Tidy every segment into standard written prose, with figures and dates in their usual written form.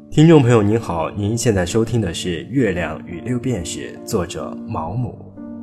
听众朋友您好，您现在收听的是《月亮与六便士》，作者毛姆。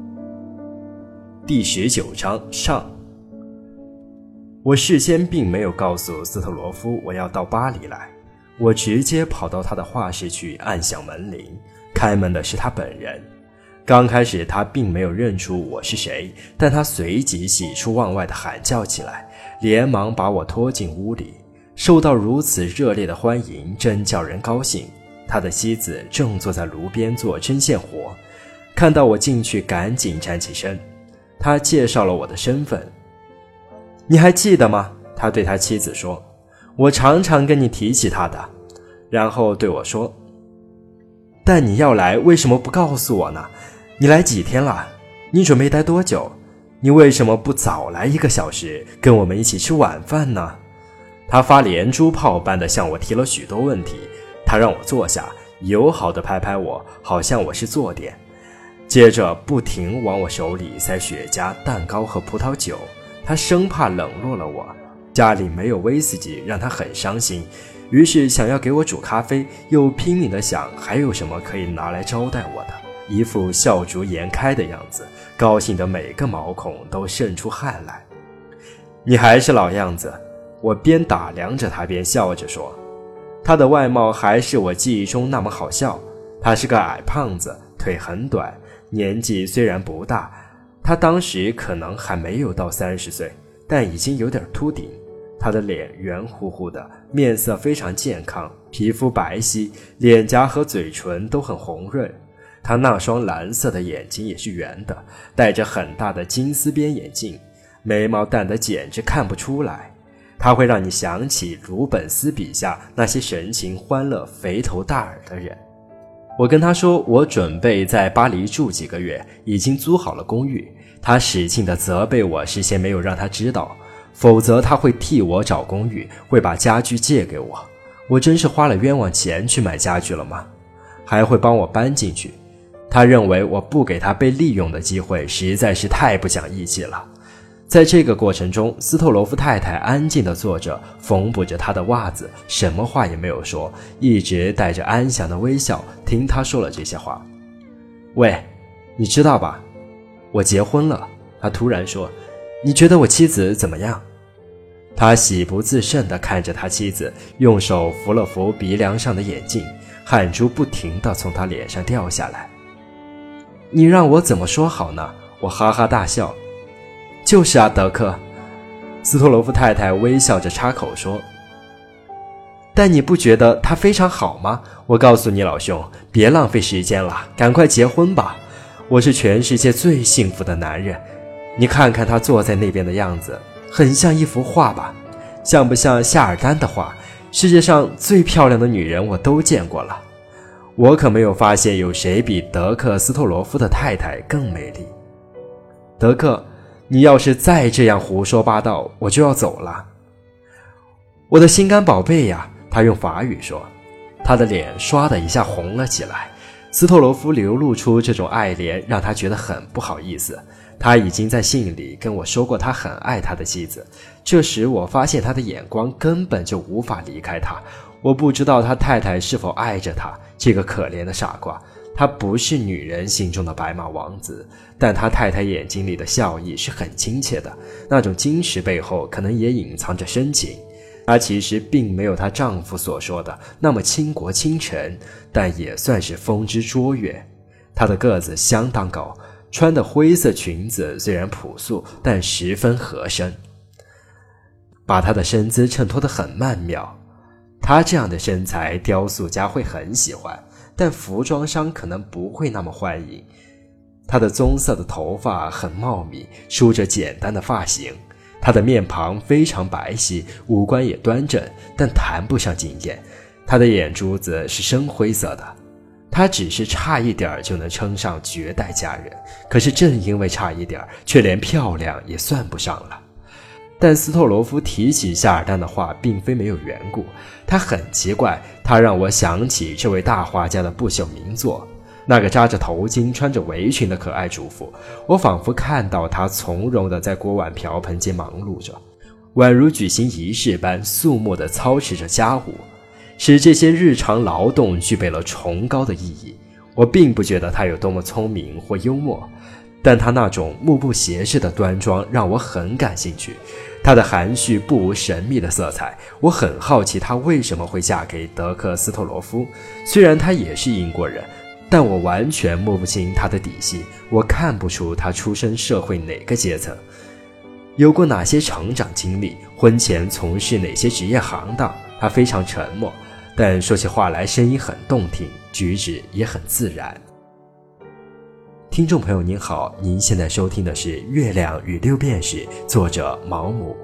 第19章上。我事先并没有告诉斯特罗夫我要到巴黎来，我直接跑到他的画室去按响门铃，开门的是他本人。刚开始他并没有认出我是谁，但他随即喜出望外地喊叫起来，连忙把我拖进屋里。受到如此热烈的欢迎，真叫人高兴。他的妻子正坐在炉边做针线活，看到我进去赶紧站起身。他介绍了我的身份。你还记得吗？他对他妻子说，我常常跟你提起他的。然后对我说，但你要来为什么不告诉我呢？你来几天了？你准备待多久？你为什么不早来1个小时跟我们一起吃晚饭呢？他发连珠炮般地向我提了许多问题，他让我坐下，友好地拍拍我，好像我是坐垫，接着不停往我手里塞雪茄、蛋糕和葡萄酒。他生怕冷落了我，家里没有威士忌，让他很伤心，于是想要给我煮咖啡，又拼命地想还有什么可以拿来招待我的，一副笑逐颜开的样子，高兴得每个毛孔都渗出汗来。你还是老样子，我边打量着他边笑着说，他的外貌还是我记忆中那么好笑。他是个矮胖子，腿很短，年纪虽然不大，他当时可能还没有到30岁，但已经有点秃顶。他的脸圆乎乎的，面色非常健康，皮肤白皙，脸颊和嘴唇都很红润。他那双蓝色的眼睛也是圆的，戴着很大的金丝边眼镜，眉毛淡得简直看不出来。他会让你想起鲁本斯笔下那些神情欢乐、肥头大耳的人。我跟他说我准备在巴黎住几个月，已经租好了公寓。他使劲地责备我事先没有让他知道，否则他会替我找公寓，会把家具借给我。我真是花了冤枉钱去买家具了吗？还会帮我搬进去。他认为我不给他被利用的机会实在是太不讲义气了。在这个过程中，斯特罗夫太太安静地坐着，缝补着她的袜子，什么话也没有说，一直带着安详的微笑听他说了这些话。喂，你知道吧？我结婚了。他突然说，你觉得我妻子怎么样？他喜不自胜地看着他妻子，用手扶了扶鼻梁上的眼镜，汗珠不停地从他脸上掉下来。你让我怎么说好呢？我哈哈大笑。就是啊，德克。斯托罗夫太太微笑着插口说，但你不觉得他非常好吗？我告诉你老兄，别浪费时间了，赶快结婚吧。我是全世界最幸福的男人。你看看他坐在那边的样子，很像一幅画吧？像不像夏尔丹的画？世界上最漂亮的女人我都见过了，我可没有发现有谁比德克斯托罗夫的太太更美丽。德克，你要是再这样胡说八道，我就要走了。我的心肝宝贝呀，他用法语说。他的脸唰的一下红了起来。斯托罗夫流露出这种爱怜，让他觉得很不好意思。他已经在信里跟我说过他很爱他的妻子，这时我发现他的眼光根本就无法离开他。我不知道他太太是否爱着他，这个可怜的傻瓜。他不是女人心中的白马王子，但他太太眼睛里的笑意是很亲切的，那种矜持背后可能也隐藏着深情。她其实并没有她丈夫所说的那么倾国倾城，但也算是风姿卓越。她的个子相当高，穿的灰色裙子虽然朴素，但十分合身，把她的身姿衬托得很曼妙。她这样的身材雕塑家会很喜欢，但服装商可能不会那么欢迎。她的棕色的头发很茂密，梳着简单的发型。她的面庞非常白皙，五官也端正，但谈不上惊艳。她的眼珠子是深灰色的。她只是差一点就能称上绝代佳人，可是正因为差一点，却连漂亮也算不上了。但斯托罗夫提起夏尔丹的话并非没有缘故，他很奇怪，他让我想起这位大画家的不朽名作。那个扎着头巾穿着围裙的可爱主妇，我仿佛看到她从容地在锅碗瓢盆间忙碌着，宛如举行仪式般肃穆地操持着家务。 使这些日常劳动具备了崇高的意义。我并不觉得他有多么聪明或幽默，但他那种目不斜视的端庄让我很感兴趣。他的含蓄不无神秘的色彩，我很好奇他为什么会嫁给德克斯特罗夫。虽然他也是英国人，但我完全摸不清他的底细，我看不出他出身社会哪个阶层，有过哪些成长经历，婚前从事哪些职业行当。他非常沉默，但说起话来声音很动听，举止也很自然。听众朋友您好，您现在收听的是《月亮与六便士》，作者毛姆。